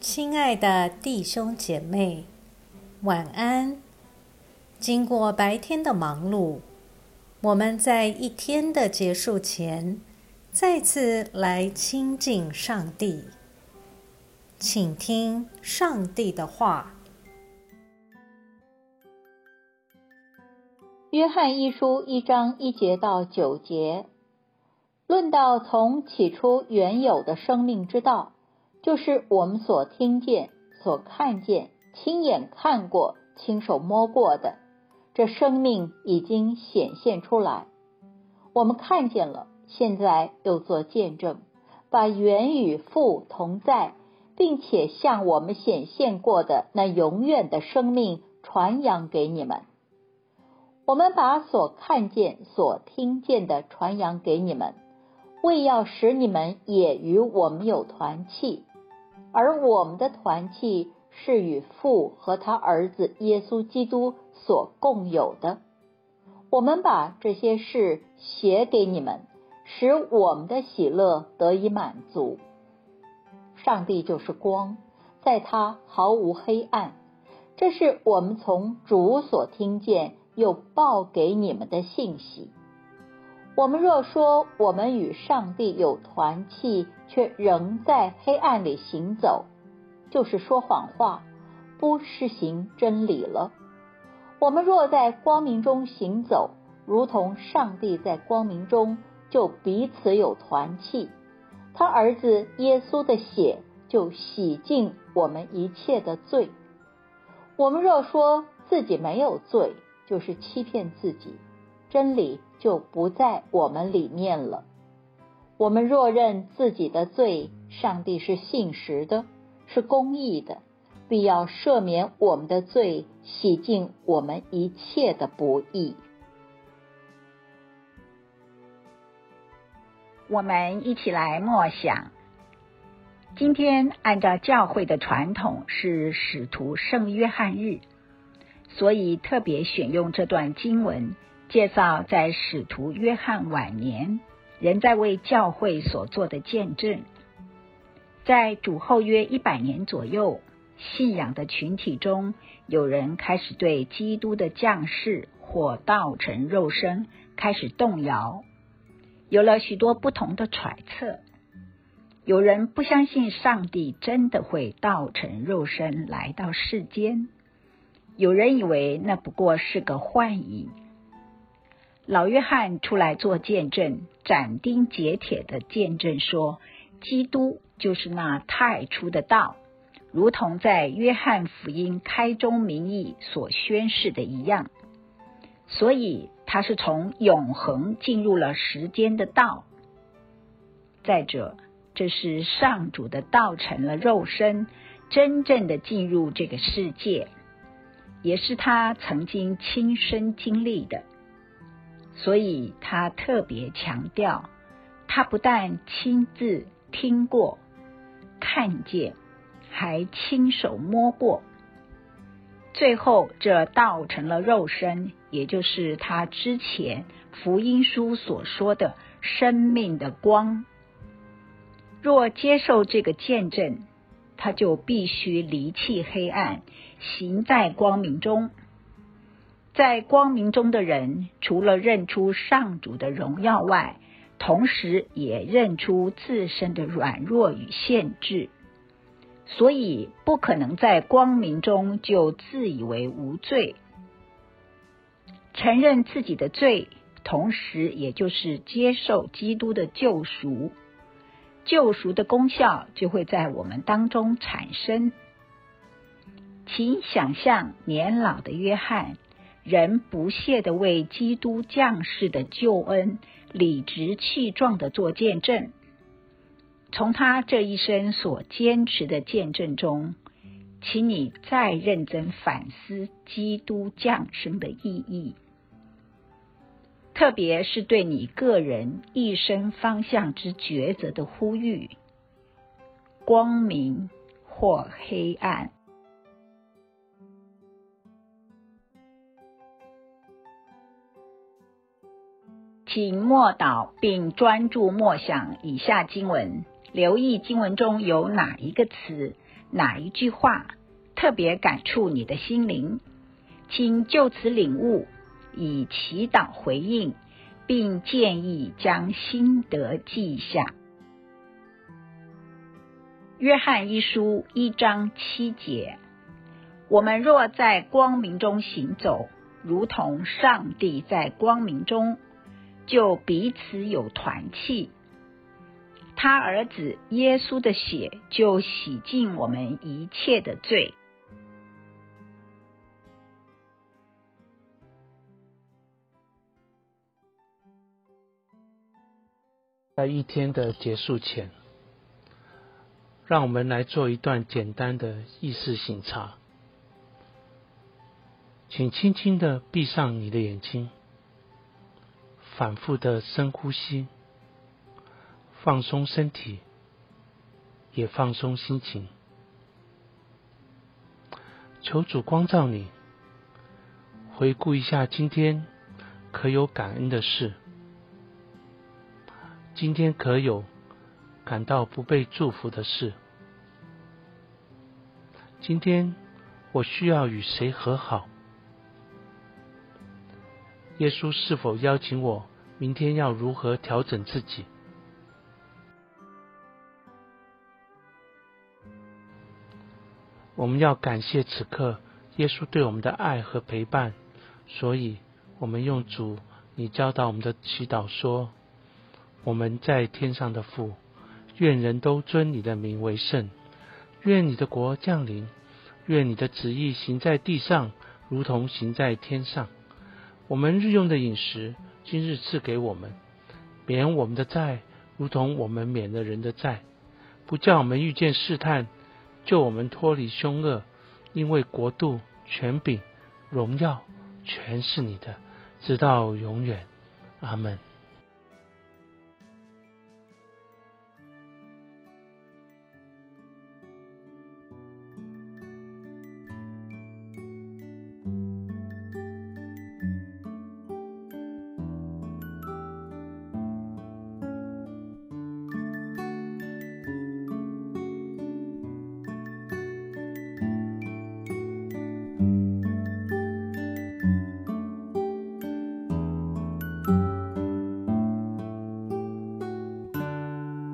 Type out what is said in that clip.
亲爱的弟兄姐妹，晚安。经过白天的忙碌，我们在一天的结束前，再次来亲近上帝。请听上帝的话。 约翰一书1章1节到9节，论到从起初原有的生命之道，就是我们所听见、所看见、亲眼看过、亲手摸过的，这生命已经显现出来。我们看见了，现在又做见证，把原与父同在，并且向我们显现过的那永远的生命传扬给你们。我们把所看见、所听见的传扬给你们，为要使你们也与我们有团契，而我们的团契是与父和他儿子耶稣基督所共有的。我们把这些事写给你们，使我们的喜乐得以满足。上帝就是光，在他毫无黑暗。这是我们从主所听见又报给你们的信息。我们若说我们与上帝有团契，却仍在黑暗里行走，就是说谎话，不施行真理了。我们若在光明中行走，如同上帝在光明中，就彼此有团契。他儿子耶稣的血就洗净我们一切的罪。我们若说自己没有罪，就是欺骗自己，真理就不在我们里面了。我们若认自己的罪，上帝是信实的，是公义的，必要赦免我们的罪，洗净我们一切的不义。 我们一起来默想。今天按照教会的传统是使徒圣约翰日，所以特别选用这段经文，介绍在使徒约翰晚年仍在为教会所做的见证。在主后约100年左右，信仰的群体中，有人开始对基督的降世或道成肉身开始动摇，有了许多不同的揣测。有人不相信上帝真的会道成肉身来到世间，有人以为那不过是个幻影。老约翰出来做见证，斩钉截铁的见证说，基督就是那太初的道，如同在约翰福音开宗明义所宣示的一样。所以他是从永恒进入了时间的道。再者，这是上主的道成了肉身，真正的进入这个世界，也是他曾经亲身经历的。所以他特别强调，他不但亲自听过、看见，还亲手摸过。最后这道成了肉身，也就是他之前福音书所说的生命的光。若接受这个见证，他就必须离弃黑暗，行在光明中。在光明中的人，除了认出上主的荣耀外，同时也认出自身的软弱与限制，所以不可能在光明中就自以为无罪。承认自己的罪，同时也就是接受基督的救赎。救赎的功效就会在我们当中产生。请想象年老的约翰，仍不懈地为基督降世的救恩理直气壮地做见证。从他这一生所坚持的见证中，请你再认真反思基督降生的意义，特别是对你个人一生方向之抉择的呼吁，光明或黑暗。请默祷并专注默想以下经文，留意经文中有哪一个词哪一句话特别感触你的心灵，请就此领悟，以祈祷回应，并建议将心得记下。约翰一书1章7节，我们若在光明中行走，如同上帝在光明中，就彼此有团契。他儿子耶稣的血就洗净我们一切的罪。 在一天的结束前，让我们来做一段简单的意识省察。请轻轻地闭上你的眼睛，反复的深呼吸，放松身体，也放松心情。求主光照你，回顾一下今天可有感恩的事，今天可有感到不被祝福的事，今天我需要与谁和好？耶稣是否邀请我明天要如何调整自己？我们要感谢此刻耶稣对我们的爱和陪伴，所以我们用主你教导我们的祈祷说：我们在天上的父，愿人都尊你的名为圣，愿你的国降临，愿你的旨意行在地上，如同行在天上。我们日用的饮食，今日赐给我们，免我们的债，如同我们免了人的债，不叫我们遇见试探，救我们脱离凶恶，因为国度、权柄、荣耀，全是你的，直到永远。阿们。